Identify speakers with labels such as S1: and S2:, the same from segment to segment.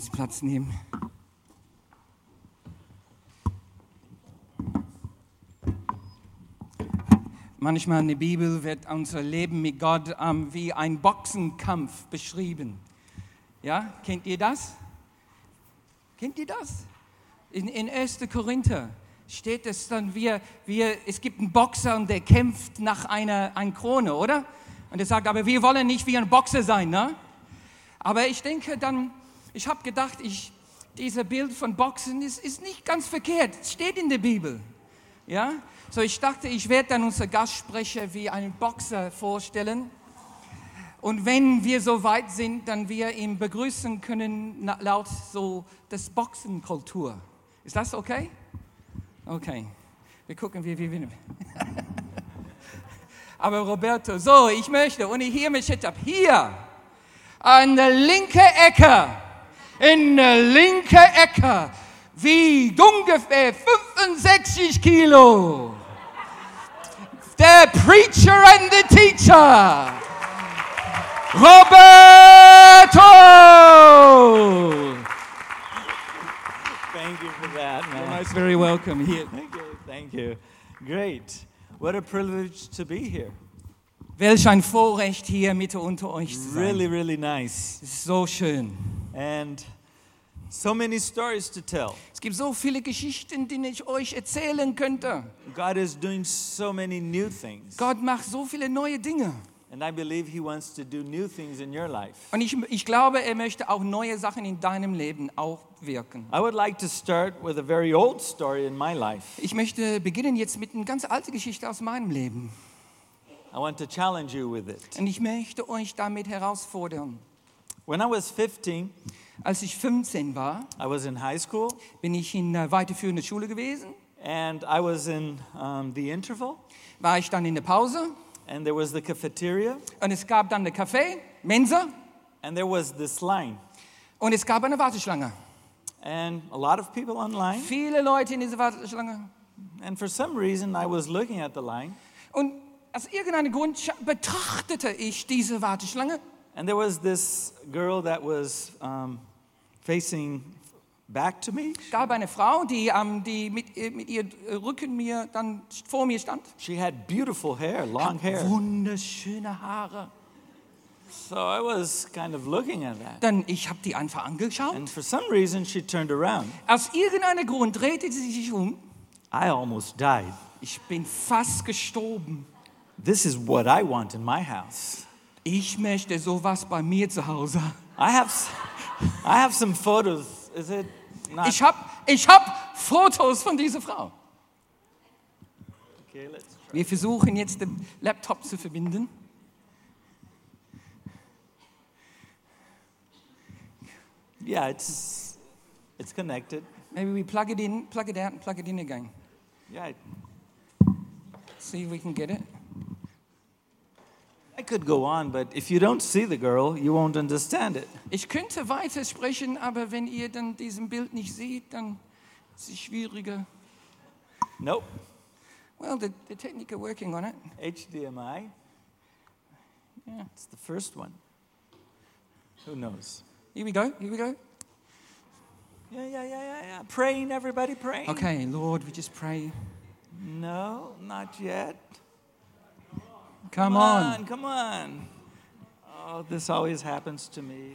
S1: Platz nehmen. Manchmal in der Bibel wird unser Leben mit Gott wie ein Boxenkampf beschrieben. Ja, kennt ihr das? Kennt ihr das? In 1. Korinther steht es dann, es gibt einen Boxer und der kämpft nach einer Krone, oder? Und er sagt, aber wir wollen nicht wie ein Boxer sein, ne? Aber ich denke dann, ich habe gedacht, dieses Bild von Boxen ist nicht ganz verkehrt. Es steht in der Bibel. Ja? So, ich dachte, ich werde dann unseren Gastsprecher wie einen Boxer vorstellen. Und wenn wir so weit sind, dann wir ihn begrüßen können laut so des Boxenkultur. Ist das okay? Okay. Wir gucken, wie wir. Aber Roberto, so, ich möchte, und ich hier mit Shit-Up, hier, an der linken Ecke, in der linken Ecke, wiegt ungefähr 65 Kilo. Der Preacher and the Teacher, Roberto!
S2: Thank you for that, man.
S1: You're most very welcome here.
S2: Thank you. Great. What a privilege to be here.
S1: Welch ein Vorrecht, hier Mitte unter euch zu sein.
S2: Really, really nice.
S1: Es ist so schön.
S2: And so many stories to tell.
S1: Es gibt so viele Geschichten, die ich euch erzählen könnte.
S2: God is doing so many new things.
S1: Gott macht so viele neue Dinge.
S2: And I believe He wants to do new things in your life.
S1: Und ich glaube, er möchte auch neue Sachen in deinem Leben auch wirken.
S2: I would like to start with a very old story in my life.
S1: Ich möchte beginnen jetzt mit einer ganz alten Geschichte aus meinem Leben.
S2: I want to challenge you with it.
S1: Und ich möchte euch damit herausfordern.
S2: When I was 15,
S1: Als ich 15 war,
S2: I was in high school
S1: bin ich in einer weiterführenden Schule gewesen.
S2: and I was in the interval
S1: War ich dann in der Pause
S2: and there was the cafeteria
S1: und es gab dann eine Café, Mensa
S2: and there was this line.
S1: und es gab eine Warteschlange.
S2: And a lot of people online.
S1: Viele Leute in dieser Warteschlange.
S2: And for some reason, I was looking at the line.
S1: Und aus irgendeinem Grund betrachtete ich diese Warteschlange.
S2: And there was this girl that was facing back to me.
S1: Es gab eine Frau, die mit ihrem Rücken dann vor mir stand.
S2: She had beautiful hair, long hair.
S1: Wunderschöne Haare.
S2: So I was kind of looking at that.
S1: Dann ich habe die einfach angeschaut.
S2: And for some reason, she turned around.
S1: Aus irgendeinem Grund drehte sie sich um.
S2: I almost died.
S1: Ich bin fast gestorben.
S2: This is what I want in my house.
S1: Ich möchte sowas bei mir zu Hause.
S2: I have some photos. Is it not?
S1: Ich hab Fotos von dieser Frau.
S2: Okay, let's try.
S1: Wir versuchen jetzt den Laptop zu verbinden.
S2: Yeah, it's connected.
S1: Maybe we plug it out and plug it in again.
S2: Yeah,
S1: See if we can get it.
S2: I could go on, but if you don't see the girl, you won't understand it.
S1: Ich könnte weiter sprechen, aber wenn ihr dann diesen Bild nicht seht, dann ist es schwieriger.
S2: Nope.
S1: Well, the technique are working on it.
S2: HDMI.
S1: Yeah.
S2: It's the first one. Who knows?
S1: Here we go.
S2: Yeah. Praying, everybody praying.
S1: Okay, Lord, we just pray.
S2: No, not yet.
S1: Come on.
S2: Come on. Oh, this always happens to me.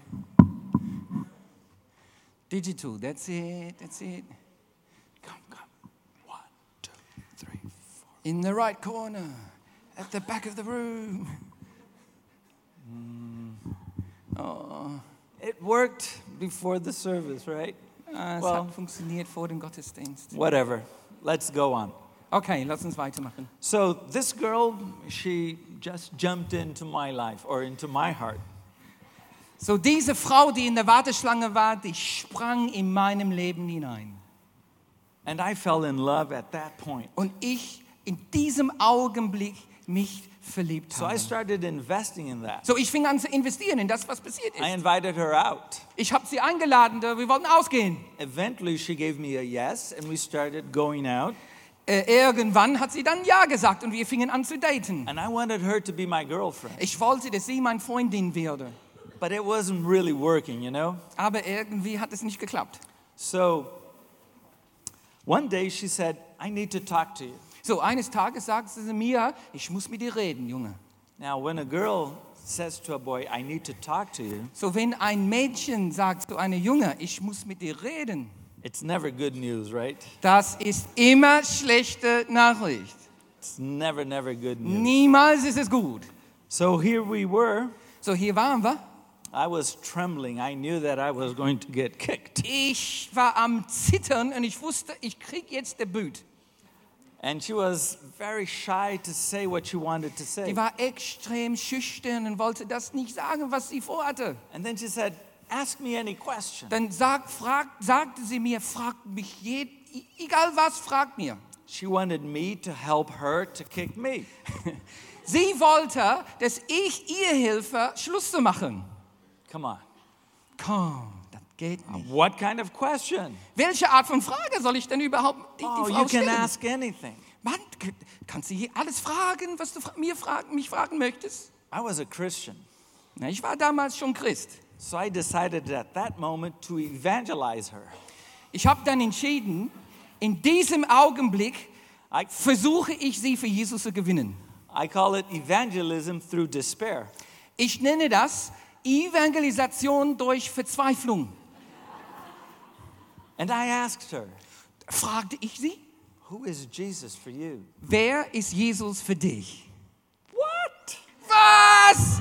S1: Digital, that's it.
S2: Come. 1, 2, 3, 4.
S1: In the right corner, at the back of the room. Oh.
S2: It worked before the service, right?
S1: Es
S2: Well.
S1: hat funktioniert vor dem Gottesdienst.
S2: Whatever. Let's go on.
S1: Okay, lass uns weitermachen.
S2: So this girl, she just jumped into my life or into my heart.
S1: So diese Frau, die in der Warteschlange war, die sprang in meinem Leben hinein.
S2: And I fell in love at that point.
S1: Und ich in diesem Augenblick mich verliebt
S2: So I
S1: habe.
S2: started investing in that.
S1: So ich fing an zu investieren in das, was passiert
S2: I
S1: ist.
S2: invited her out.
S1: Ich habe sie eingeladen, wir wollten ausgehen.
S2: Eventually, she gave me a yes, and we started going out.
S1: Irgendwann hat sie dann Ja gesagt und wir fingen an zu daten.
S2: And I wanted her to be my girlfriend.
S1: Ich wollte, dass sie meine Freundin würde.
S2: but it wasn't really working, you know?
S1: Aber irgendwie hat es nicht geklappt.
S2: So one day she said, I need to talk to you.
S1: So, eines Tages sagte sie mir, ich muss mit dir reden, Junge.
S2: Now, when a girl says to a boy, I need to talk to you,
S1: So, wenn ein Mädchen sagt zu einer Junge, ich muss mit dir reden,
S2: it's never good news, right?
S1: das ist immer schlechte Nachricht.
S2: It's never good news.
S1: Niemals ist es gut.
S2: So here we were.
S1: So, hier waren wir.
S2: I was trembling. I knew that I was going to get kicked.
S1: Ich war am Zittern und ich wusste, ich krieg jetzt Debüt.
S2: And she was very shy to say what she wanted to
S1: Die
S2: say.
S1: war extrem schüchtern und wollte das nicht sagen, was sie vorhatte.
S2: And then she said, ask me any question.
S1: Dann sagte sie mir, fragt mich, egal was, fragt mir.
S2: She wanted me to help her to kick me.
S1: Sie wollte, dass ich ihr helfe, Schluss zu machen.
S2: Come on.
S1: Komm, das geht nicht.
S2: What kind of question?
S1: Welche Art von Frage soll ich denn überhaupt die
S2: Oh,
S1: Frau
S2: you can
S1: stellen?
S2: ask anything.
S1: Mann, kannst du hier alles fragen, was du mich fragen möchtest?
S2: I was a Christian.
S1: Na, ich war damals schon Christ.
S2: So I decided at that moment to evangelize her.
S1: Ich habe dann entschieden, in diesem Augenblick
S2: I
S1: versuche ich sie für Jesus zu gewinnen.
S2: call it evangelism through despair.
S1: Ich nenne das Evangelisation durch Verzweiflung.
S2: And I asked her,
S1: Fragte ich sie,
S2: who is Jesus for you?
S1: wer ist Jesus für dich?
S2: What?
S1: Was?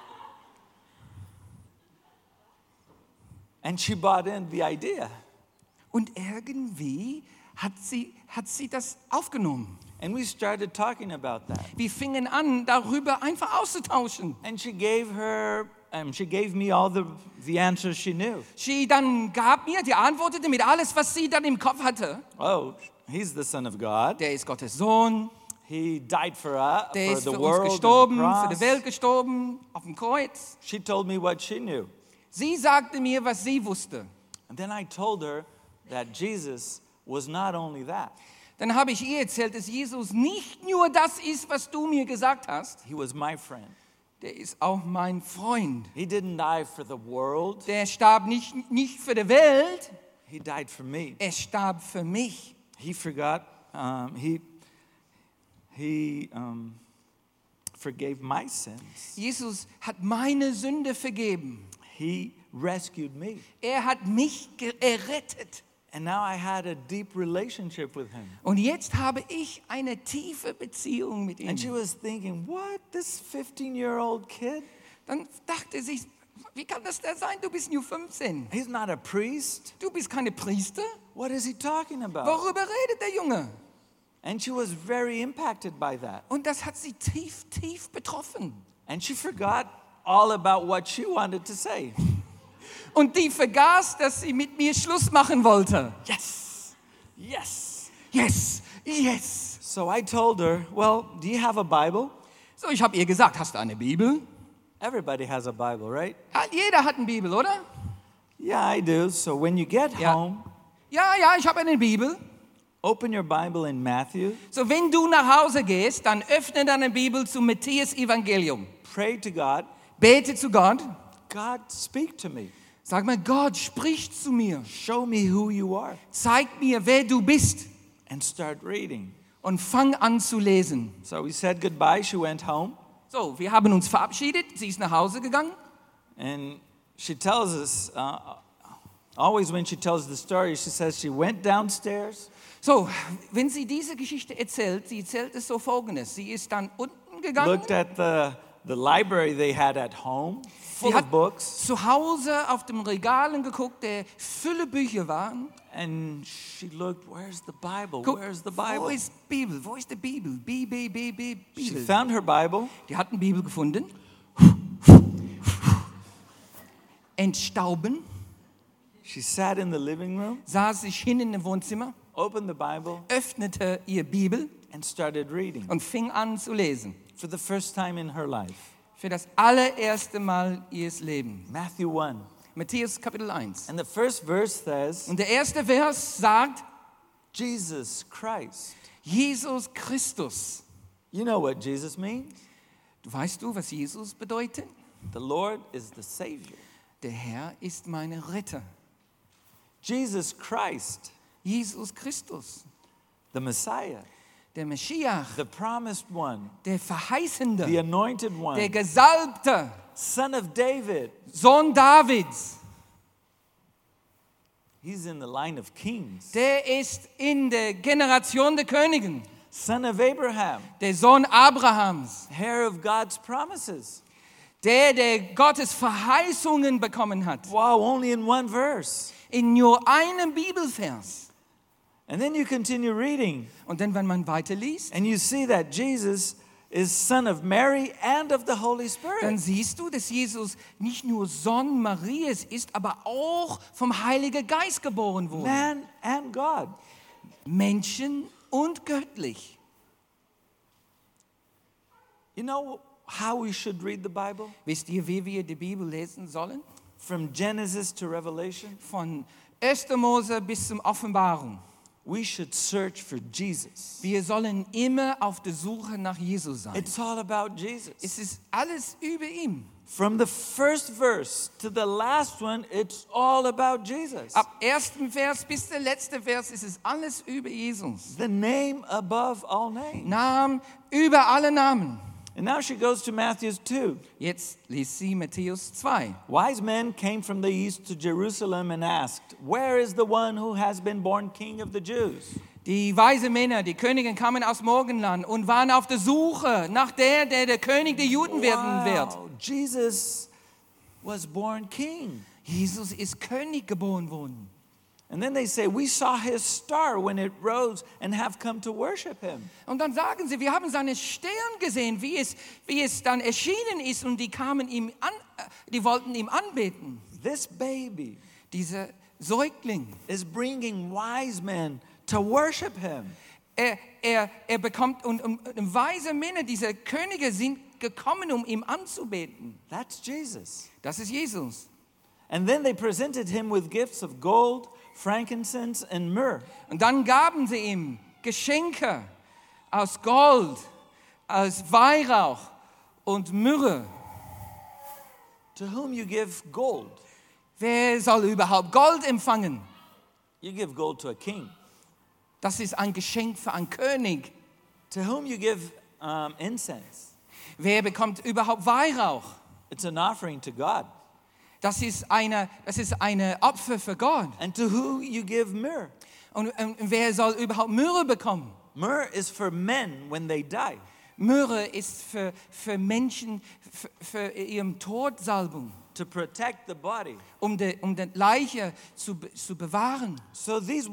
S2: And she bought in the idea.
S1: Und irgendwie hat sie das aufgenommen.
S2: And we started talking about that.
S1: Wir fingen an, darüber einfach auszutauschen.
S2: And she gave me all the answers she knew.
S1: Sie dann die antwortete mit alles, was sie dann im Kopf hatte.
S2: Oh, he's the Son of God.
S1: Der ist Gottes Sohn,
S2: He died for us,
S1: der
S2: for
S1: ist
S2: the
S1: für uns
S2: world,
S1: gestorben,
S2: on
S1: für
S2: the
S1: die Welt
S2: cross.
S1: gestorben, auf dem Kreuz.
S2: She told me what she knew.
S1: Sie sagte mir, was sie wusste.
S2: And then I told her that Jesus was not only that.
S1: Dann habe ich ihr erzählt, dass Jesus nicht nur das ist, was du mir gesagt hast.
S2: He was my friend.
S1: Der ist auch mein Freund.
S2: He didn't die for the world.
S1: Der starb nicht für die Welt,
S2: He died for me.
S1: er starb für mich.
S2: He forgot. He forgave my sins.
S1: Jesus hat meine Sünde vergeben.
S2: He rescued me.
S1: Er hat mich errettet.
S2: And now I had a deep relationship with him.
S1: Und jetzt habe ich eine tiefe Beziehung mit
S2: And she
S1: ihm.
S2: was thinking, what? This 15-year-old kid?
S1: Dann dachte sie, wie kann das denn sein? Du bist nur 15.
S2: He's not a priest.
S1: Du bist keine Priester.
S2: What is he talking about?
S1: Worüber redet der Junge?
S2: And she was very impacted by that.
S1: Und das hat sie tief betroffen.
S2: And she forgot all about what she wanted to say.
S1: Und die vergaß, dass sie mit mir Schluss machen wollte.
S2: Yes. Yes.
S1: Yes.
S2: So I told her, well, do you have a Bible?
S1: So, ich habe ihr gesagt, hast du eine Bibel?
S2: Everybody has a Bible, right?
S1: Ja, jeder hat eine Bibel, oder?
S2: Yeah, I do. So when you get
S1: Ja.
S2: home,
S1: Ja, ich habe eine Bibel.
S2: open your Bible in Matthew.
S1: So, wenn du nach Hause gehst, dann öffne deine Bibel zum Matthäus Evangelium.
S2: Pray to God.
S1: Bete zu Gott.
S2: God, speak to me.
S1: Sag mal, Gott, sprich zu mir.
S2: Show me who you are.
S1: Zeig mir, wer du bist.
S2: And start reading.
S1: Und fang an zu lesen.
S2: So we said goodbye. She went home.
S1: So, wir haben uns verabschiedet. Sie ist nach Hause gegangen.
S2: And she tells us, always when she tells the story, she says she went downstairs.
S1: So, wenn sie diese Geschichte erzählt, sie erzählt es so Folgendes. Sie ist dann unten gegangen.
S2: Looked at the library they had at home, full
S1: Sie
S2: of
S1: hat
S2: books.
S1: zu Hause auf den Regalen geguckt, der Fülle Bücher waren.
S2: And she looked, where's the Bible?
S1: Guck,
S2: Where's the
S1: Wo
S2: Bible?
S1: ist Bibel? Wo ist die Bibel?
S2: She
S1: Bibel.
S2: found her Bible.
S1: Die hat eine Bibel gefunden. Entstauben,
S2: She sat in the living room,
S1: saß sich hin in dem Wohnzimmer,
S2: opened the Bible,
S1: öffnete ihr Bibel
S2: and started reading
S1: und fing an zu lesen.
S2: for the first time in her life.
S1: Für das allererste Mal ihres Lebens.
S2: Matthew 1.
S1: Matthäus Kapitel 1.
S2: And the first verse says,
S1: Und der erste Vers sagt,
S2: Jesus Christ.
S1: Jesus Christus.
S2: You know what Jesus means?
S1: Weißt du, was Jesus bedeutet?
S2: The Lord is the Savior.
S1: Der Herr ist mein Retter.
S2: Jesus Christ,
S1: Jesus Christus,
S2: the Messiah,
S1: der Meschiach,
S2: the promised one,
S1: der Verheißende,
S2: the anointed
S1: der
S2: one,
S1: Gesalbte,
S2: Son of David.
S1: Sohn Davids.
S2: He's in the line of kings.
S1: Der ist in der Generation der Königen,
S2: Son of Abraham,
S1: der Sohn Abrahams,
S2: heir of God's promises.
S1: der Gottes Verheißungen bekommen hat.
S2: Wow, only in one verse.
S1: In nur einem Bibelvers.
S2: And then you continue reading,
S1: Und dann, wenn man weiterliest,
S2: and you see that Jesus is son of Mary and of the Holy
S1: dann
S2: Spirit.
S1: siehst du, dass Jesus nicht nur Sohn Marias ist, aber auch vom Heiligen Geist geboren wurde.
S2: Man and God.
S1: Menschen und göttlich.
S2: You know how we should read the Bible?
S1: Wisst ihr, wie wir die Bibel lesen sollen?
S2: From Genesis to Revelation,
S1: Von 1. Mose bis zum Offenbarung.
S2: we should search for Jesus.
S1: Wir sollen immer auf der Suche nach Jesus sein.
S2: It's all about Jesus.
S1: Es ist alles über ihn.
S2: From the first verse to the last one, it's all about Jesus.
S1: Ab ersten Vers bis der letzte Vers ist es alles über Jesus.
S2: The name above all names.
S1: Namen über alle Namen.
S2: And now she goes to Matthew 2.
S1: Jetzt liest sie Matthäus 2.
S2: Wise men came from the east to Jerusalem and asked, "Where is the one who has been born king of the Jews?"
S1: Die weisen Männer, die Königin kamen aus Morgenland und waren auf der Suche nach der König der Juden werden wird.
S2: Wow, Jesus was born king.
S1: Jesus ist König geboren worden.
S2: And then they say, "We saw his star when it rose and have come to worship him."
S1: Und dann sagen sie, wir haben seinen Stern gesehen, wie es dann erschienen ist und die kamen ihm an, die wollten ihm anbeten.
S2: This baby
S1: Dieser Säugling,
S2: is bringing wise men to worship him.
S1: er bekommt, und weise Männer, diese Könige sind gekommen, um ihm anzubeten.
S2: That's Jesus.
S1: Das ist Jesus.
S2: And then they presented him with gifts of gold, frankincense, and myrrh.
S1: Und dann gaben sie ihm Geschenke aus Gold, aus Weihrauch und Myrrhe.
S2: To whom you give gold?
S1: Wer soll überhaupt Gold empfangen?
S2: You give gold to a king.
S1: Das ist ein Geschenk für einen König.
S2: To whom you give incense?
S1: Wer bekommt überhaupt Weihrauch?
S2: It's an offering to God.
S1: Das ist eine Opfer für Gott.
S2: And to who you give myrrh?
S1: Und wer soll überhaupt Myrrhe bekommen?
S2: Myrrh is for men when they die.
S1: Myrrhe ist für Menschen, für ihren Todsalbung,
S2: To protect the body.
S1: um die Leiche zu bewahren.
S2: So these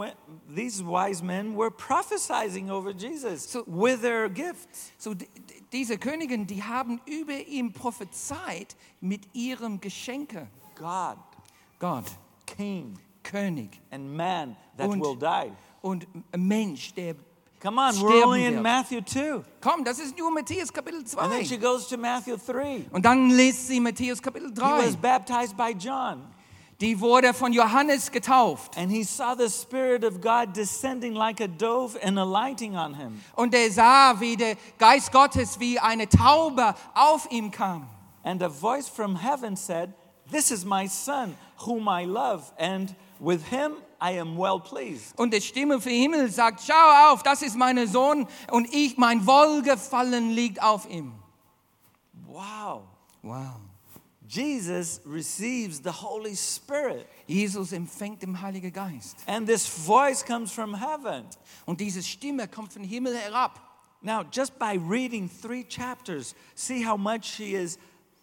S2: wise men were prophesying over Jesus
S1: So-
S2: with their gifts.
S1: So diese Königin, die haben über ihn prophezeit mit ihrem Geschenke.
S2: God,
S1: Gott,
S2: King,
S1: König
S2: and man that
S1: Und-
S2: will die.
S1: und ein Mensch, der
S2: Come on, we're
S1: sterben
S2: only in
S1: wird.
S2: Matthew 2.
S1: Komm, das ist nur Matthäus Kapitel
S2: And then
S1: 2.
S2: she goes to Matthew 3.
S1: Und dann liest sie Matthäus Kapitel
S2: He was
S1: 3.
S2: baptized by John.
S1: Die wurde von Johannes getauft.
S2: And he saw the Spirit of God descending like a dove and alighting on him.
S1: Und er sah, wie der Geist Gottes wie eine Taube auf ihm kam.
S2: And a voice from heaven said, "This is my son, whom I love, and with him I am well pleased."
S1: Und die Stimme vom Himmel sagt, schau auf, das ist mein Sohn und mein Wohlgefallen liegt auf ihm.
S2: Wow.
S1: Wow.
S2: Jesus receives the Holy Spirit.
S1: Jesus empfängt den Heiligen Geist.
S2: And this voice comes from heaven.
S1: Und diese Stimme kommt vom Himmel herab.
S2: Now, just by reading 3 chapters, see how much she is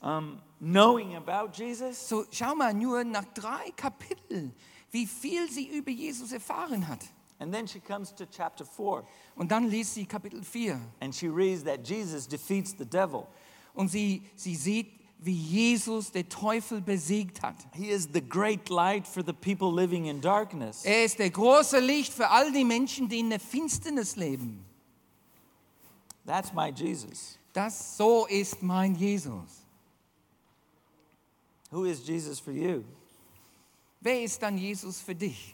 S2: knowing about Jesus?
S1: So schau mal nur nach 3 Kapiteln, wie viel sie über Jesus erfahren hat.
S2: And then she comes to chapter 4,
S1: Und dann liest sie Kapitel 4
S2: and she reads that Jesus defeats the devil.
S1: und sie sieht, wie Jesus den Teufel besiegt hat.
S2: He is the great light for the people living in darkness.
S1: Er ist der große Licht für all die Menschen, die in der Finsternis leben.
S2: That's my Jesus.
S1: So ist mein Jesus.
S2: Who is Jesus for you?
S1: Wer ist dann Jesus für dich?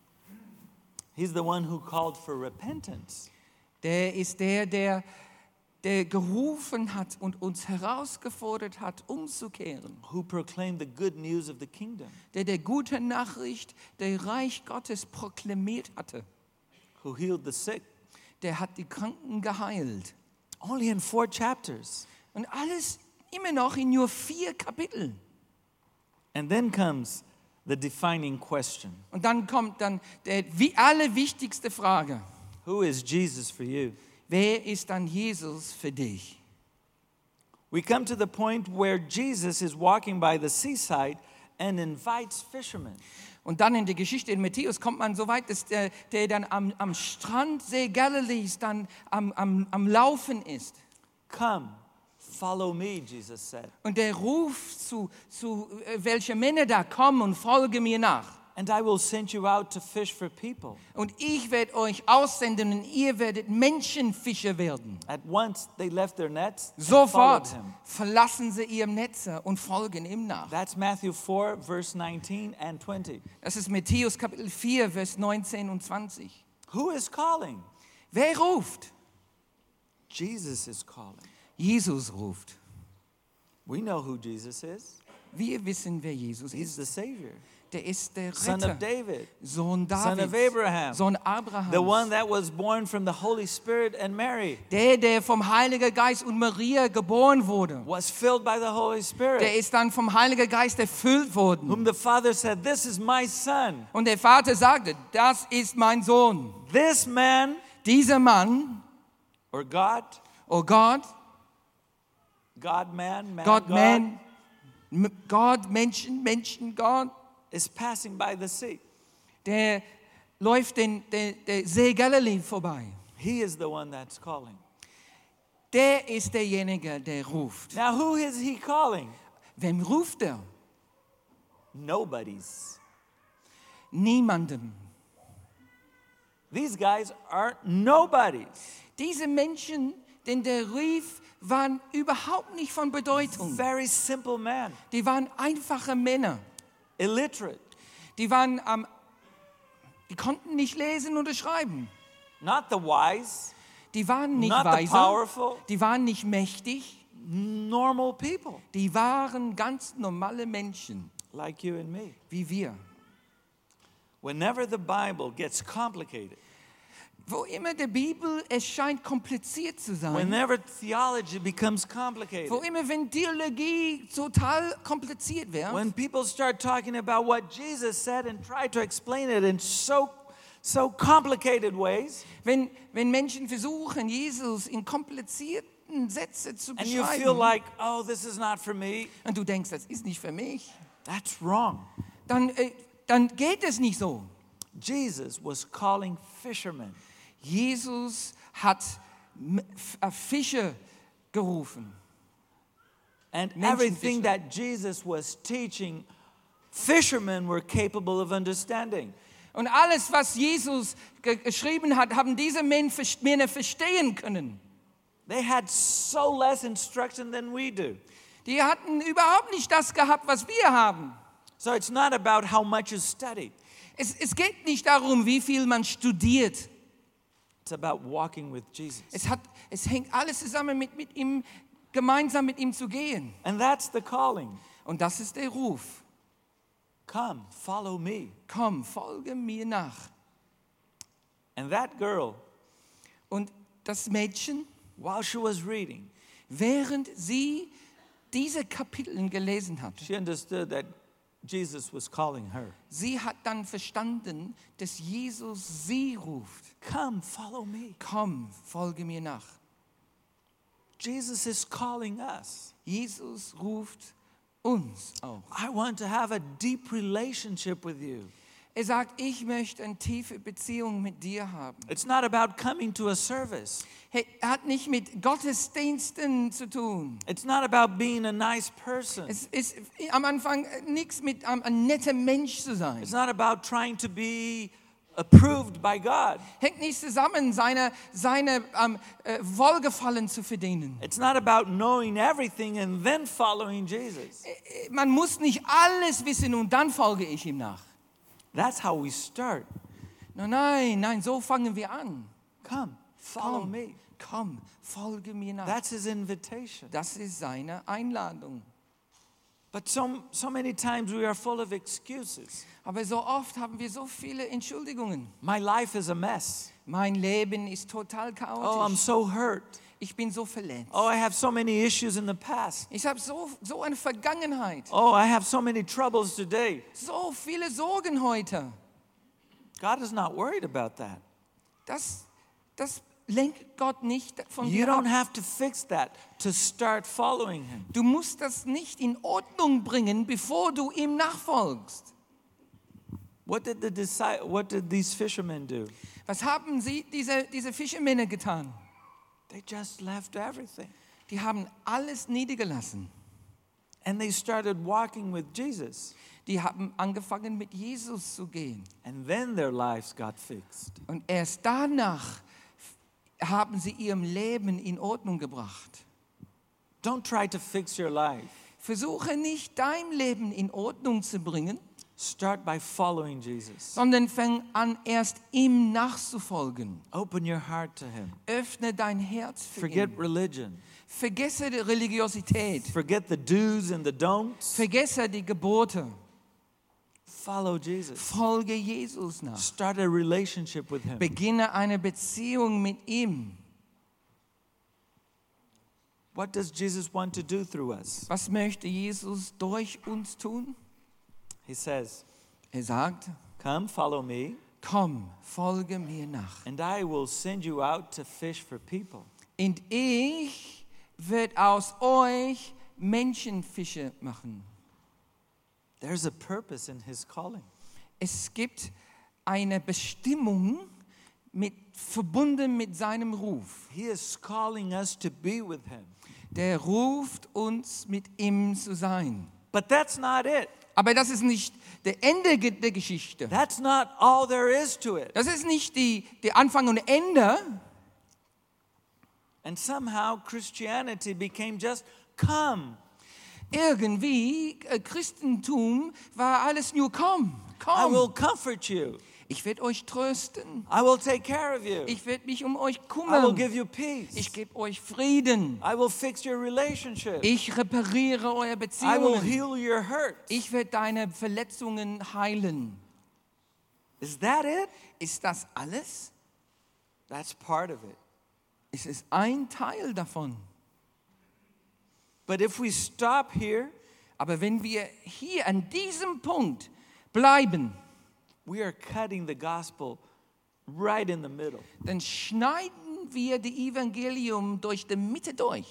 S2: He's the one who called for repentance.
S1: Der ist der der gerufen hat und uns herausgefordert hat, umzukehren.
S2: who proclaimed the good news of the kingdom,
S1: Der gute Nachricht, der Reich Gottes proklamiert hatte.
S2: who healed the sick.
S1: Der hat die Kranken geheilt.
S2: Only in 4 chapters.
S1: Und alles immer noch in nur 4 Kapiteln.
S2: And then comes the defining question.
S1: Und dann kommt dann die allerwichtigste Frage.
S2: Who is Jesus for you?
S1: Wer ist dann Jesus für dich?
S2: We come to the point where Jesus is walking by the seaside and invites fishermen.
S1: Und dann in der Geschichte in Matthäus kommt man so weit, dass der dann am Strandsee Galilees dann am Laufen ist.
S2: Come, follow me, Jesus said.
S1: Und der ruft zu welche Männer da kommen und folge mir nach.
S2: And I will send you out to fish for people.
S1: Und ich werde euch aussenden und ihr werdet Menschenfischer werden.
S2: At once they left their nets and
S1: Sofort
S2: followed him.
S1: verlassen sie ihr Netze und folgen ihm nach.
S2: That's Matthew 4, verse 19 and 20.
S1: Das ist Matthäus Kapitel 4, Vers 19 und 20.
S2: Who is calling?
S1: Wer ruft?
S2: Jesus is calling.
S1: Jesus ruft.
S2: We know who Jesus is.
S1: Wir wissen, wer Jesus
S2: He's
S1: ist.
S2: the Savior,
S1: Der ist der
S2: Son of
S1: Retter,
S2: David,
S1: Sohn
S2: Son of
S1: Davids,
S2: Abraham,
S1: Sohn
S2: the one
S1: Abrahams.
S2: that was born from the Holy Spirit and Mary,
S1: Der vom Heiligen Geist und Maria geboren wurde.
S2: was filled by the Holy
S1: Der
S2: Spirit,
S1: ist dann vom Heiligen Geist erfüllt worden.
S2: whom the Father said, "This is my Son."
S1: Und der Vater sagte, das ist mein Sohn.
S2: This man,
S1: Dieser Mann,
S2: or God,
S1: oh Gott,
S2: God man, man
S1: Gott,
S2: God,
S1: man, Gott, Menschen, Menschen, Gott,
S2: is passing by the sea.
S1: der läuft der See Galilee vorbei.
S2: He is the one that's calling.
S1: Der ist derjenige, der ruft.
S2: Now, who is he calling?
S1: Wem ruft er?
S2: Nobody's.
S1: Niemandem.
S2: These guys aren't nobodies.
S1: Diese Menschen, den der rief, waren überhaupt nicht von Bedeutung.
S2: Very simple man,
S1: Die waren einfache Männer.
S2: illiterate,
S1: Die die konnten nicht lesen oder schreiben.
S2: not the wise,
S1: Die waren nicht
S2: not the
S1: weise.
S2: powerful,
S1: Die waren nicht mächtig.
S2: normal people
S1: Die waren ganz normale Menschen,
S2: like you and me.
S1: wie wir.
S2: Whenever the Bible gets complicated,
S1: Wo immer die Bibel es scheint kompliziert zu sein,
S2: whenever theology becomes
S1: wo
S2: complicated,
S1: immer wenn Theologie total kompliziert wird,
S2: when people start talking about what Jesus said and try to explain it in so complicated ways,
S1: wenn Menschen versuchen, Jesus in komplizierten Sätzen zu
S2: and you feel
S1: beschreiben,
S2: like, oh, this is not for me,
S1: und du denkst, das ist nicht für mich,
S2: that's wrong.
S1: dann geht es nicht so.
S2: Jesus was calling fishermen.
S1: Jesus hat Fische gerufen.
S2: And
S1: Menschenfischer.
S2: everything that Jesus was teaching, fishermen were capable of understanding.
S1: Und alles, was Jesus geschrieben hat, haben diese Männer verstehen können.
S2: They had so less instruction than we do.
S1: Die hatten überhaupt nicht das gehabt, was wir haben.
S2: So it's not about how much you study.
S1: Es geht nicht darum, wie viel man studiert.
S2: It's about walking with Jesus.
S1: Es hängt alles zusammen mit ihm, gemeinsam mit ihm zu gehen.
S2: And that's the calling.
S1: Und das ist der Ruf.
S2: Come, follow me.
S1: Komm, folge mir nach.
S2: And that girl,
S1: Und das Mädchen,
S2: while she was reading,
S1: während sie diese Kapitel gelesen hat,
S2: she understood that Jesus was calling her.
S1: sie hat dann verstanden, dass Jesus sie ruft.
S2: Come, follow me.
S1: Komm, folge mir nach.
S2: Jesus is calling us.
S1: Jesus ruft uns auch.
S2: I want to have a deep relationship with you.
S1: Er sagt, ich möchte eine tiefe Beziehung mit dir haben.
S2: It's not about coming to a service.
S1: Hey, er hat nicht mit Gottesdiensten zu tun.
S2: It's not about being a nice person.
S1: Es ist am Anfang nichts mit ein netter Mensch zu sein.
S2: It's not about trying to be approved by God.
S1: Hängt nicht zusammen, seine Wohlgefallen zu verdienen.
S2: It's not about knowing everything and then following Jesus.
S1: Man muss nicht alles wissen und dann folge ich ihm nach.
S2: That's how we start.
S1: Nein, so fangen wir an.
S2: Come, follow
S1: Komm,
S2: me.
S1: komm, folge mir nach.
S2: That's his invitation.
S1: Das ist seine Einladung.
S2: But so many times we are full of excuses.
S1: Aber so oft haben wir so viele Entschuldigungen.
S2: My life is a mess.
S1: Mein Leben ist total
S2: Oh, I'm
S1: chaotisch.
S2: so hurt.
S1: Ich bin so verletzt.
S2: Oh, I have so many issues in the past.
S1: Ich habe so eine Vergangenheit.
S2: Oh, I have so many troubles today.
S1: So viele Sorgen heute.
S2: God is not worried about that.
S1: Das lenkt Gott nicht von
S2: You
S1: dir
S2: don't
S1: ab.
S2: have to fix that to start following him.
S1: Du musst das nicht in Ordnung bringen, bevor du ihm nachfolgst.
S2: What did these fishermen do?
S1: Was haben diese Fischermänner getan?
S2: They just left everything.
S1: Die haben alles niedergelassen.
S2: And they started walking with Jesus.
S1: Die haben angefangen, mit Jesus zu gehen.
S2: And then their lives got fixed.
S1: Und erst danach haben sie ihrem Leben in Ordnung gebracht.
S2: Don't try to fix your life.
S1: Versuche nicht, dein Leben in Ordnung zu bringen,
S2: Start by following Jesus.
S1: sondern fang an, erst ihm nachzufolgen.
S2: Open your heart to him.
S1: Öffne dein Herz für
S2: Forget
S1: ihn.
S2: religion.
S1: Vergesse die Religiosität.
S2: Forget the do's and the don'ts.
S1: Vergesse die Gebote.
S2: Follow Jesus.
S1: Folge Jesus nach.
S2: Start a relationship with him.
S1: Beginne eine Beziehung mit ihm.
S2: What does Jesus want to do through us?
S1: Was möchte Jesus durch uns tun?
S2: He says,
S1: Er sagt,
S2: come follow me,
S1: komm, folge mir nach.
S2: and I will send you out to fish for people.
S1: Und ich werde aus euch Menschenfische machen.
S2: There's a purpose in his calling.
S1: Es gibt eine Bestimmung verbunden mit seinem Ruf.
S2: He is calling us to be with him.
S1: Der ruft uns, mit ihm zu sein.
S2: But that's not it.
S1: Aber das ist nicht das Ende der Geschichte.
S2: That's not all there is to it.
S1: Das ist nicht der Anfang und Ende.
S2: And somehow Christianity became just come.
S1: Irgendwie, Christentum war alles nur komm,
S2: I will
S1: komm.
S2: comfort you.
S1: Ich werde euch trösten.
S2: I will take care of you.
S1: Ich werde mich um euch
S2: I will
S1: kümmern.
S2: give you peace.
S1: Ich gebe euch Frieden.
S2: I will fix your relationship.
S1: Ich repariere eure
S2: I will
S1: Beziehungen.
S2: heal your hurt.
S1: Ich werde deine Verletzungen heilen.
S2: Is that it?
S1: Ist das alles?
S2: That's part of it.
S1: Es ist ein Teil davon.
S2: But if we stop here,
S1: Aber wenn wir hier an diesem Punkt bleiben,
S2: we are cutting the gospel right in the middle.
S1: dann schneiden wir das Evangelium durch die Mitte durch.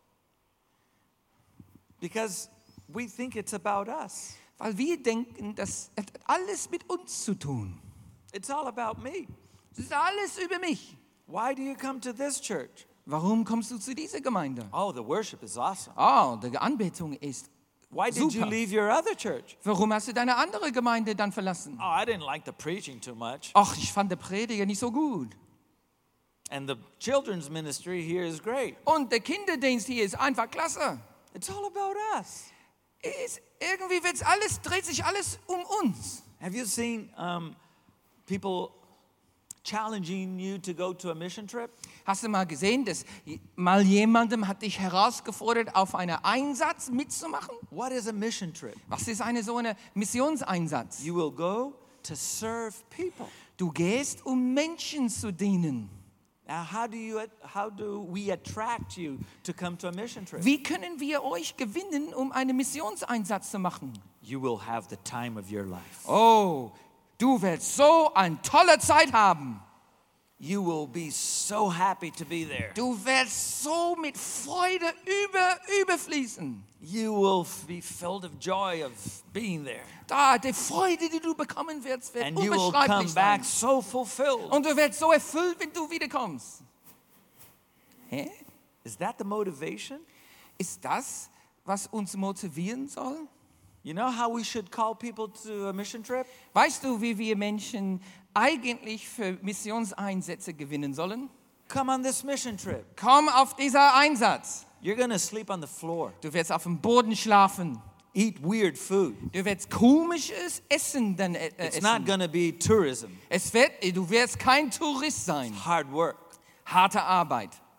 S2: Because we think it's about us.
S1: Weil wir denken, das hat alles mit uns zu tun.
S2: It's all about me.
S1: Es ist alles über mich.
S2: Why do you come to this church?
S1: Warum kommst du zu dieser Gemeinde?
S2: Oh, the worship is awesome.
S1: Oh, die Anbetung ist
S2: Why did you
S1: super.
S2: leave your other church?
S1: Warum hast du deine andere Gemeinde dann verlassen?
S2: Oh, I didn't like the preaching too much.
S1: Ach, ich fand der Prediger nicht so gut.
S2: And the children's ministry here is great.
S1: Und der Kinderdienst hier ist einfach klasse.
S2: It's all about us.
S1: Irgendwie dreht sich alles um uns.
S2: Have you seen people challenging you to go to a mission trip?
S1: Hast du mal gesehen, dass mal jemandem hat dich herausgefordert, auf einen Einsatz mitzumachen?
S2: What is a mission trip?
S1: Was ist so eine Missionseinsatz?
S2: You will go to serve people.
S1: Du gehst, um Menschen zu dienen.
S2: Now, how do we attract you to come to a mission trip?
S1: Wie können wir euch gewinnen, um einen Missionseinsatz zu machen?
S2: You will have the time of your life.
S1: Oh, du wirst so eine tolle Zeit haben.
S2: You will be so happy to be there.
S1: Du wirst so mit Freude überfließen.
S2: You will be filled of joy of being there.
S1: Die Freude, die du bekommen wirst, wird
S2: And you will come
S1: unbeschreiblich
S2: back
S1: sein.
S2: so fulfilled.
S1: Und du wirst so erfüllt, wenn du wiederkommst. Hä?
S2: Is that the motivation?
S1: Ist das, was uns motivieren soll?
S2: You know how we should call people to a mission trip?
S1: Weißt du, wie wir Menschen eigentlich für Missionseinsätze gewinnen sollen?
S2: Come on this mission trip.
S1: Komm auf dieser Einsatz.
S2: You're going to sleep on the floor,
S1: Du wirst auf dem Boden schlafen.
S2: eat weird food.
S1: Du wirst komisches Essen dann
S2: It's not
S1: essen.
S2: going to be tourism,
S1: Du wirst kein Tourist sein.
S2: hard work.
S1: Harte Arbeit.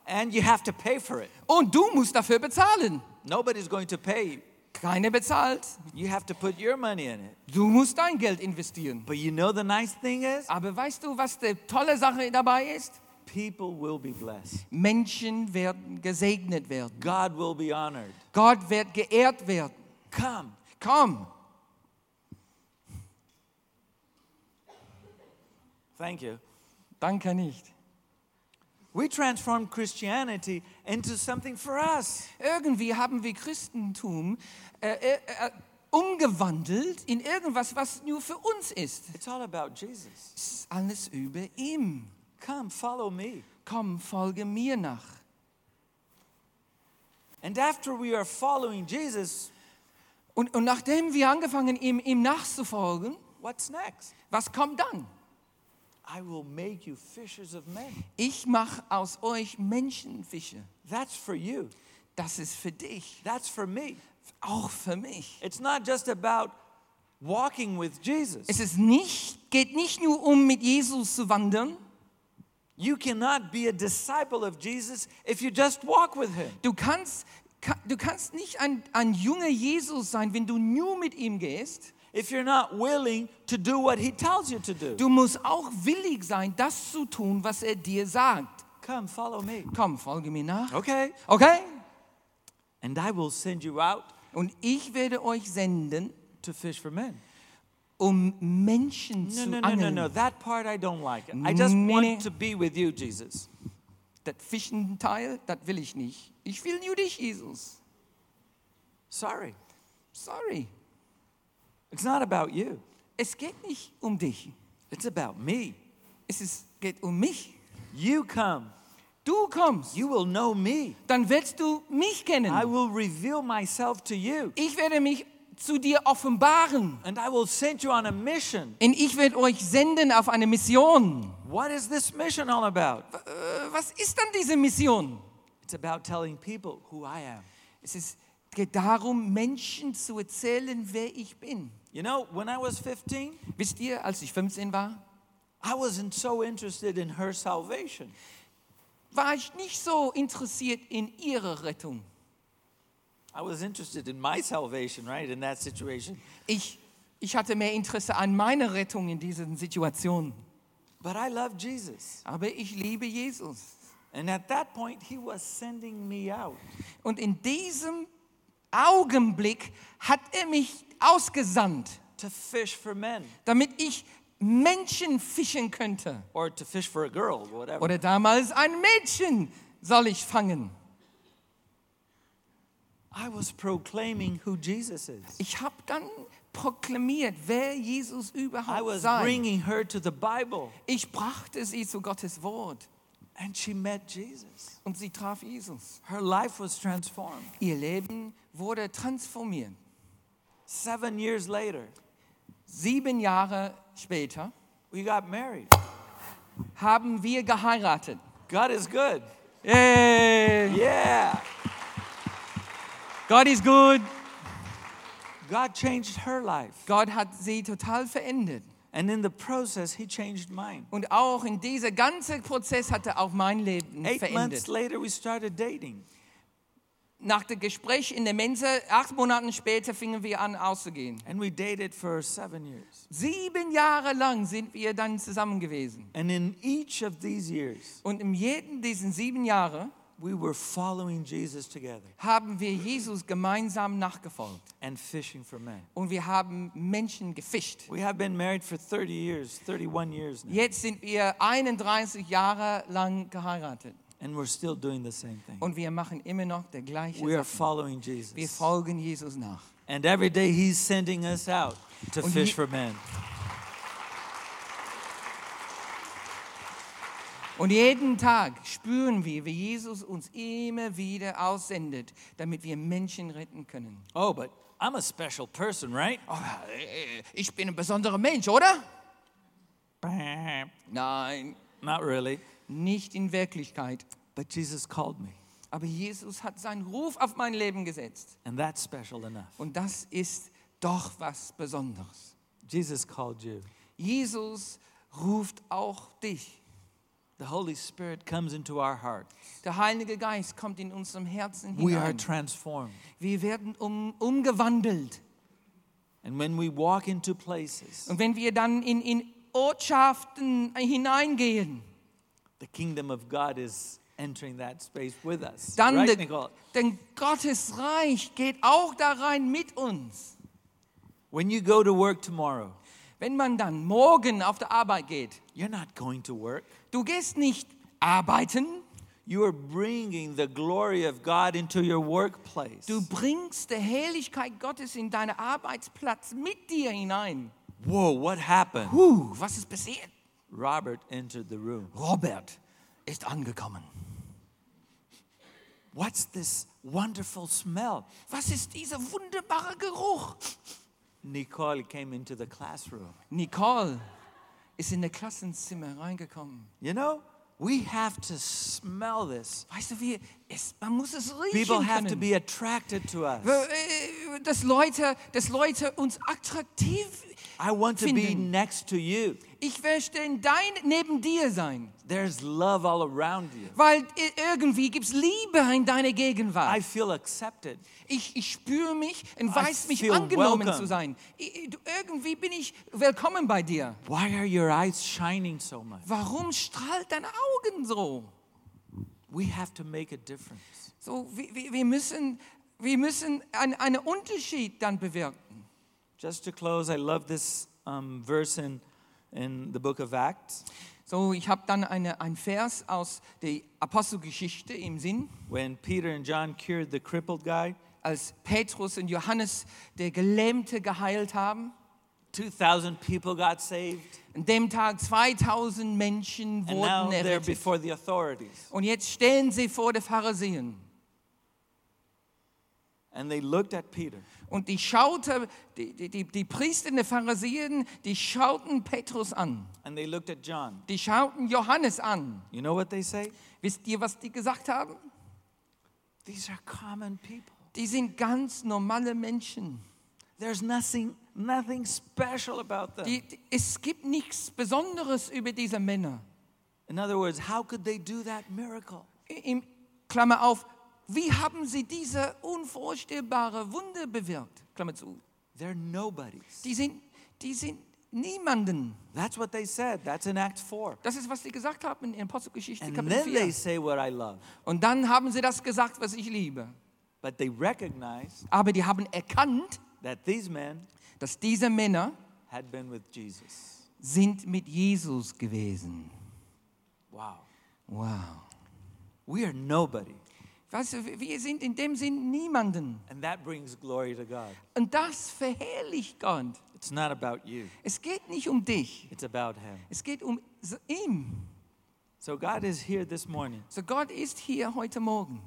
S2: And you have to pay for it.
S1: Und du musst dafür bezahlen.
S2: Nobody's going to pay.
S1: Keiner bezahlt.
S2: You have to put your money in it.
S1: Du musst dein Geld investieren.
S2: But you know the nice thing is?
S1: Aber weißt du, was die tolle Sache dabei ist?
S2: People will be blessed.
S1: Menschen werden gesegnet werden.
S2: God will be honored.
S1: Gott wird geehrt werden.
S2: Come.
S1: Komm.
S2: Thank you.
S1: Danke nicht.
S2: We transformed Christianity into something for us.
S1: Irgendwie haben wir Christentum umgewandelt in irgendwas, was nur für uns ist.
S2: It's all about Jesus.
S1: Es ist alles über ihm.
S2: Come, follow me.
S1: Komm, folge mir nach.
S2: And after we are following Jesus,
S1: Und nachdem wir angefangen, ihm nachzufolgen,
S2: what's next?
S1: was kommt dann?
S2: I will make you fishers of men.
S1: Ich mache aus euch Menschenfische.
S2: That's for you.
S1: Das ist für dich,
S2: That's for me.
S1: auch für mich.
S2: It's not just about walking with Jesus.
S1: Es ist geht nicht nur mit Jesus zu wandern.
S2: You cannot be a disciple of Jesus if you just walk with him.
S1: Du kannst nicht ein junger Jesus sein, wenn du nur mit ihm gehst.
S2: If you're not willing to do what he tells you to do.
S1: Du musst auch willig sein, das zu tun, was er dir sagt.
S2: Come, follow me.
S1: Komm, folge mir nach.
S2: Okay.
S1: Okay?
S2: And I will send you out
S1: Und ich werde euch senden,
S2: to fish for men.
S1: um Menschen
S2: No,
S1: zu
S2: no, no, no,
S1: angeln.
S2: no. That part I don't like. I just
S1: Nee, nee.
S2: want to be with you, Jesus.
S1: Das Fischenteil, das will ich nicht. Ich will nur dich, Jesus.
S2: Sorry.
S1: Sorry.
S2: It's not about you.
S1: Es geht nicht um dich.
S2: It's about me.
S1: Geht um mich.
S2: You come.
S1: Du kommst,
S2: You will know me.
S1: dann wirst du mich kennen.
S2: I will reveal myself to you.
S1: Ich werde mich zu dir offenbaren.
S2: And I will send you on a mission.
S1: Und ich werde euch senden auf eine Mission.
S2: What is this mission all about?
S1: Was ist dann diese Mission?
S2: It's about telling people who I am.
S1: Geht darum, Menschen zu erzählen, wer ich bin.
S2: You know, when I was 15,
S1: Wisst ihr, als ich 15 war,
S2: I wasn't so interested in her salvation.
S1: war ich nicht so interessiert in ihrer Rettung.
S2: I was interested in my salvation, right, in that situation.
S1: Ich hatte mehr Interesse an meiner Rettung in diesen Situationen.
S2: But I love Jesus.
S1: Aber ich liebe Jesus.
S2: And at that point, he was sending me out.
S1: Und in diesem Augenblick hat er mich ausgesandt,
S2: To fish for men.
S1: damit ich Menschen fischen könnte.
S2: Or to fish for a girl, whatever.
S1: Oder damals ein Mädchen soll ich fangen.
S2: I was proclaiming who Jesus is.
S1: Ich habe dann proklamiert, wer Jesus
S2: I
S1: überhaupt
S2: was
S1: sei.
S2: bringing her to the Bible.
S1: Ich brachte sie zu Gottes Wort
S2: And she met Jesus.
S1: und sie traf Jesus.
S2: Her life was transformed.
S1: Ihr Leben wurde transformiert.
S2: 7 years later,
S1: 7 Jahre später
S2: we got married.
S1: haben wir geheiratet.
S2: God is good.
S1: Yay!
S2: Yeah.
S1: Gott ist gut.
S2: God changed her life.
S1: Gott hat sie total verändert.
S2: And in the process, he changed mine.
S1: Und auch in dieser ganzen Prozess hat er auch mein Leben
S2: 8
S1: verändert.
S2: months later, we started dating.
S1: Nach dem Gespräch in der Mensa, 8 Monate später, fingen wir an auszugehen.
S2: And we dated for 7 years.
S1: 7 Jahre lang sind wir dann zusammen gewesen.
S2: And in each of these years,
S1: Und in jedem dieser 7 Jahre
S2: we were following Jesus together
S1: haben wir Jesus gemeinsam nachgefolgt.
S2: and fishing for men.
S1: Und wir haben Menschen gefischt.
S2: We have been married for 30 years, 31 years now.
S1: Jetzt sind wir 31 Jahre lang geheiratet.
S2: And we're still doing the same thing.
S1: Und wir machen immer noch der gleiche
S2: We are
S1: Sache.
S2: following
S1: Wir
S2: Jesus.
S1: folgen Jesus nach.
S2: And every day he's sending us out to
S1: Und
S2: fish
S1: je-
S2: for men.
S1: Und jeden Tag spüren wir, wie Jesus uns immer wieder aussendet, damit wir Menschen retten können.
S2: Oh, but I'm a special person, right?
S1: Oh, ich bin ein besonderer Mensch, oder? Nein,
S2: Not really.
S1: nicht in Wirklichkeit.
S2: But Jesus called me.
S1: Aber Jesus hat seinen Ruf auf mein Leben gesetzt.
S2: And that's special enough.
S1: Und das ist doch was Besonderes.
S2: Jesus called you.
S1: Jesus ruft auch dich.
S2: the Holy Spirit comes into our heart.
S1: Der Heilige Geist kommt in unserem Herzen
S2: We are
S1: hinein.
S2: transformed.
S1: Wir werden umgewandelt.
S2: And when we walk into places,
S1: Und wenn wir dann in Ortschaften hineingehen,
S2: the kingdom of God is entering that space with us.
S1: dann
S2: Right, Nicole?
S1: denn Gottes Reich geht auch da rein mit uns.
S2: When you go to work tomorrow,
S1: Wenn man dann morgen auf der Arbeit geht,
S2: you're not going to work.
S1: du gehst nicht arbeiten,
S2: You are bringing the glory of God into your workplace.
S1: du bringst die Herrlichkeit Gottes in deinen Arbeitsplatz mit dir hinein.
S2: Whoa, what happened?
S1: Was ist passiert?
S2: Robert entered the room.
S1: Robert ist angekommen.
S2: What's this wonderful smell?
S1: Was ist dieser wunderbare Geruch?
S2: Nicole came into the classroom.
S1: Nicole ist in das Klassenzimmer reingekommen.
S2: You know, we have to smell this.
S1: Weißt du, man muss es riechen
S2: People have to
S1: können.
S2: be attracted to us.
S1: Dass Leute uns attraktiv
S2: I want to be
S1: finden.
S2: next to you.
S1: Ich möchte neben dir sein.
S2: There's love all around you.
S1: Weil irgendwie gibt es Liebe in deiner Gegenwart.
S2: I feel accepted.
S1: Ich spüre mich und weiß mich
S2: feel
S1: angenommen
S2: welcome.
S1: zu sein. Irgendwie bin ich willkommen bei dir.
S2: Why are your eyes shining so much?
S1: Warum strahlt deine Augen so?
S2: We have to make a difference.
S1: So, wir müssen einen Unterschied dann bewirken.
S2: Just to close, I love this verse in the book of Acts.
S1: So, ich habe dann ein Vers aus der Apostelgeschichte im Sinn,
S2: When Peter and John cured the crippled guy,
S1: als Petrus und Johannes der Gelähmte geheilt haben.
S2: 2,000 people got saved.
S1: An dem Tag 2000 Menschen
S2: And now
S1: wurden
S2: they're
S1: errettet.
S2: before the authorities.
S1: Und jetzt stehen sie vor den Pharisäern.
S2: And they looked at Peter.
S1: Und die Priester der Pharisäer, die schauten Petrus an.
S2: And they looked at John.
S1: Die schauten Johannes an.
S2: You know what they say?
S1: Wisst ihr, was die gesagt haben?
S2: These are common people.
S1: Die sind ganz normale Menschen.
S2: There's nothing special about them.
S1: Es gibt nichts Besonderes über diese Männer.
S2: In other words, how could they do that miracle?
S1: Im Klammer auf, wie haben sie diese unvorstellbare Wunder bewirkt? Klammer zu.
S2: They're nobodies.
S1: Die sind niemanden.
S2: That's what they said. That's in Acts 4.
S1: Das ist, was sie gesagt haben in Apostelgeschichte
S2: And
S1: Kapitel
S2: then they
S1: 4.
S2: say what I love.
S1: Und dann haben sie das gesagt, was ich liebe.
S2: But they recognize
S1: Aber die haben erkannt,
S2: that these men
S1: dass diese Männer
S2: had been with Jesus.
S1: sind mit Jesus gewesen.
S2: Wow.
S1: Wow.
S2: We are nobody.
S1: Weißt du, wir sind in dem Sinn niemanden.
S2: And that brings glory to God.
S1: Und das verherrlicht Gott.
S2: It's not about you.
S1: Es geht nicht um dich.
S2: It's about him.
S1: Es geht um ihn.
S2: So God is here this morning
S1: So Gott ist hier heute Morgen.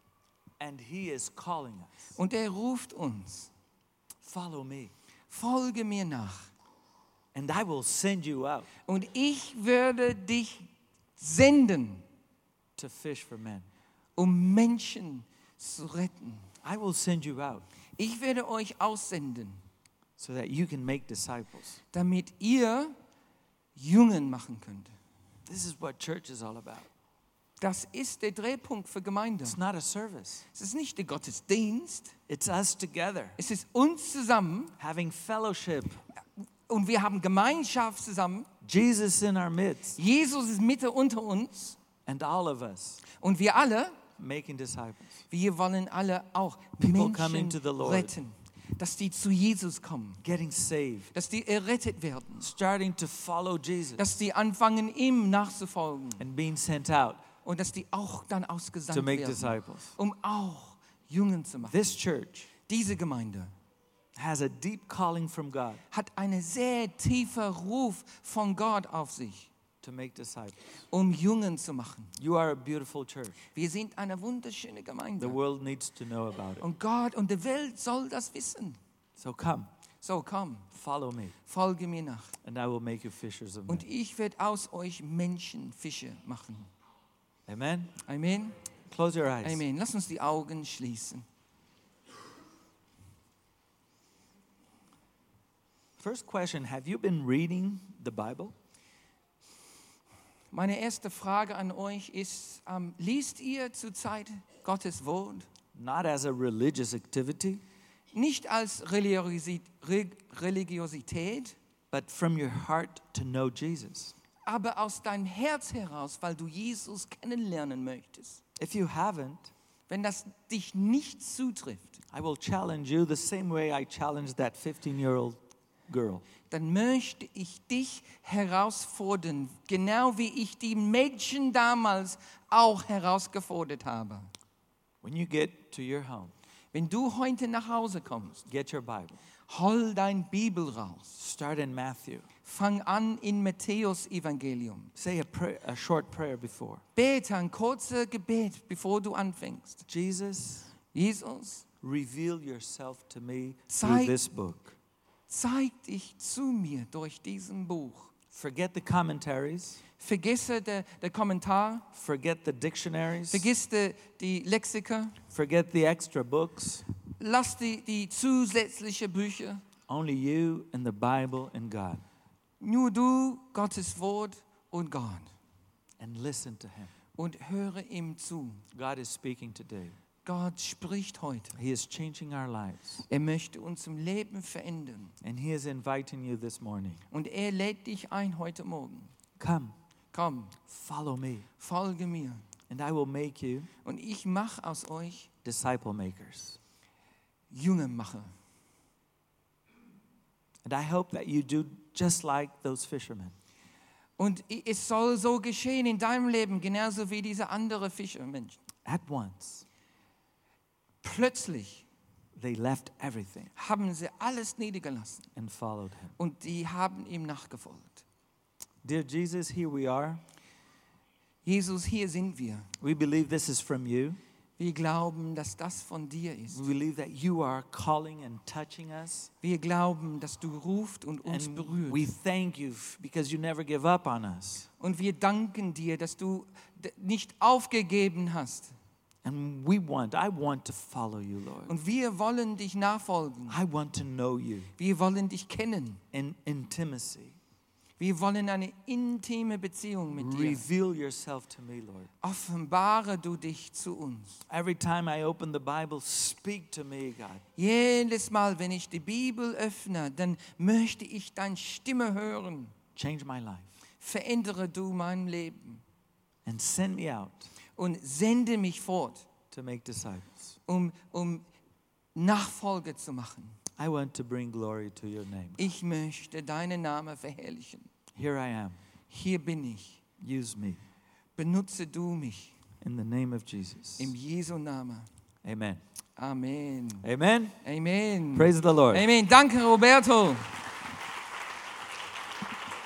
S2: and he is calling us.
S1: Und er ruft uns.
S2: Follow me
S1: Folge mir nach.
S2: and I will send you out
S1: Und ich werde dich senden,
S2: to fish for men.
S1: um Menschen zu retten.
S2: I will send you out
S1: Ich werde euch aussenden,
S2: so that you can make disciples.
S1: damit ihr Jungen machen könnt.
S2: This is what church is all about.
S1: Das ist der Drehpunkt für Gemeinde.
S2: It's not a service.
S1: Es ist nicht der Gottesdienst.
S2: It's us together
S1: Es ist uns zusammen
S2: having fellowship.
S1: und wir haben Gemeinschaft zusammen.
S2: Jesus in our midst
S1: Jesus ist Mitte unter uns
S2: and all of us
S1: und wir alle,
S2: making disciples.
S1: wir wollen alle auch
S2: People come
S1: Menschen
S2: into the Lord.
S1: retten, dass die zu Jesus kommen,
S2: Getting saved,
S1: dass die errettet werden,
S2: starting to follow Jesus
S1: dass die anfangen, ihm nachzufolgen
S2: and being sent out
S1: und dass die auch dann
S2: to
S1: ausgesandt
S2: make
S1: werden,
S2: disciples.
S1: um auch Jungen zu machen.
S2: This church
S1: Diese Gemeinde
S2: has a deep calling from God
S1: hat einen sehr tiefen Ruf von Gott auf sich,
S2: to make disciples.
S1: um Jungen zu machen.
S2: You are a beautiful church.
S1: Wir sind eine wunderschöne
S2: The
S1: Gemeinde.
S2: world needs to know about it.
S1: Und Gott und die Welt soll das wissen.
S2: So come,
S1: So komm,
S2: follow me,
S1: folge mir nach.
S2: and I will make you fishers of men.
S1: Und ich werde aus euch Menschen, Fische machen.
S2: Amen.
S1: Amen.
S2: Close your eyes.
S1: Amen. Lass uns die Augen schließen.
S2: First question, have you been reading the Bible?
S1: Meine erste Frage an euch ist, liest ihr zurzeit Gottes Wort?
S2: Not as a religious activity,
S1: Nicht als Religiosität,
S2: but from your heart to know Jesus.
S1: aber aus deinem Herz heraus, weil du Jesus kennenlernen möchtest.
S2: If you haven't,
S1: Wenn das dich nicht zutrifft,
S2: I will challenge you the same way I challenged that 15-year-old girl.
S1: dann möchte ich dich herausfordern, genau wie ich die Mädchen damals auch herausgefordert habe.
S2: When you get to your home,
S1: Wenn du heute nach Hause kommst,
S2: get your Bible.
S1: hol dein Bibel raus.
S2: Start in Matthew.
S1: Fang an in Matthäus Evangelium.
S2: Say a short prayer before.
S1: Bete ein kurzes Gebet, bevor du anfängst.
S2: Jesus,
S1: Jesus,
S2: reveal yourself to me
S1: Zeig-
S2: through this book.
S1: zeig dich zu mir durch diesen Buch.
S2: Forget the commentaries.
S1: Vergesse den Kommentar,
S2: Forget the dictionaries.
S1: vergiss die Lexika,
S2: Forget the extra books.
S1: lass die zusätzlichen Bücher.
S2: Only you and the Bible and God.
S1: Nur du, Gottes Wort und Gott.
S2: And listen to Him.
S1: Und höre ihm zu.
S2: God is speaking today.
S1: Gott spricht heute.
S2: He is changing our lives.
S1: Er möchte uns im Leben verändern.
S2: And He is inviting you this morning.
S1: Und er lädt dich ein heute Morgen.
S2: Come,
S1: Komm,
S2: follow me,
S1: folge mir.
S2: and I will make you
S1: Und ich mache aus euch
S2: disciple makers.
S1: Jüngermacher.
S2: And I hope that you do just like those fishermen.
S1: Und es soll so geschehen in deinem Leben, genauso wie diese andere Fischermenschen.
S2: At once,
S1: Plötzlich
S2: they left everything
S1: haben sie alles niedergelassen
S2: and followed Him.
S1: und die haben ihm nachgefolgt.
S2: Dear Jesus, here we are.
S1: Jesus, hier sind wir.
S2: We believe this is from you.
S1: Wir glauben, dass das von dir
S2: We
S1: ist.
S2: believe that you are calling and touching us.
S1: Wir glauben, dass du rufst und uns
S2: And
S1: berührst.
S2: we thank you because you never give up on us.
S1: Und wir danken dir, dass du nicht aufgegeben hast.
S2: And I want to follow you, Lord.
S1: Und wir wollen dich nachfolgen.
S2: I want to know you
S1: Wir wollen dich kennen.
S2: in intimacy.
S1: Wir wollen eine intime Beziehung mit dir.
S2: Reveal yourself to me, Lord.
S1: Offenbare du dich zu uns.
S2: Every time I open the Bible, speak to me, God.
S1: Jedes Mal, wenn ich die Bibel öffne, dann möchte ich deine Stimme hören.
S2: Change my life.
S1: Verändere du mein Leben
S2: And send me out
S1: und sende mich fort,
S2: to make disciples.
S1: um Nachfolge zu machen.
S2: I want to bring glory to your name.
S1: Ich möchte deinen Namen verherrlichen.
S2: Here I am.
S1: Hier bin ich.
S2: Use me.
S1: Benutze du mich.
S2: In the name of Jesus.
S1: Im Jesu Namen.
S2: Amen.
S1: Amen.
S2: Amen.
S1: Amen.
S2: Praise the Lord.
S1: Amen. Danke, Roberto.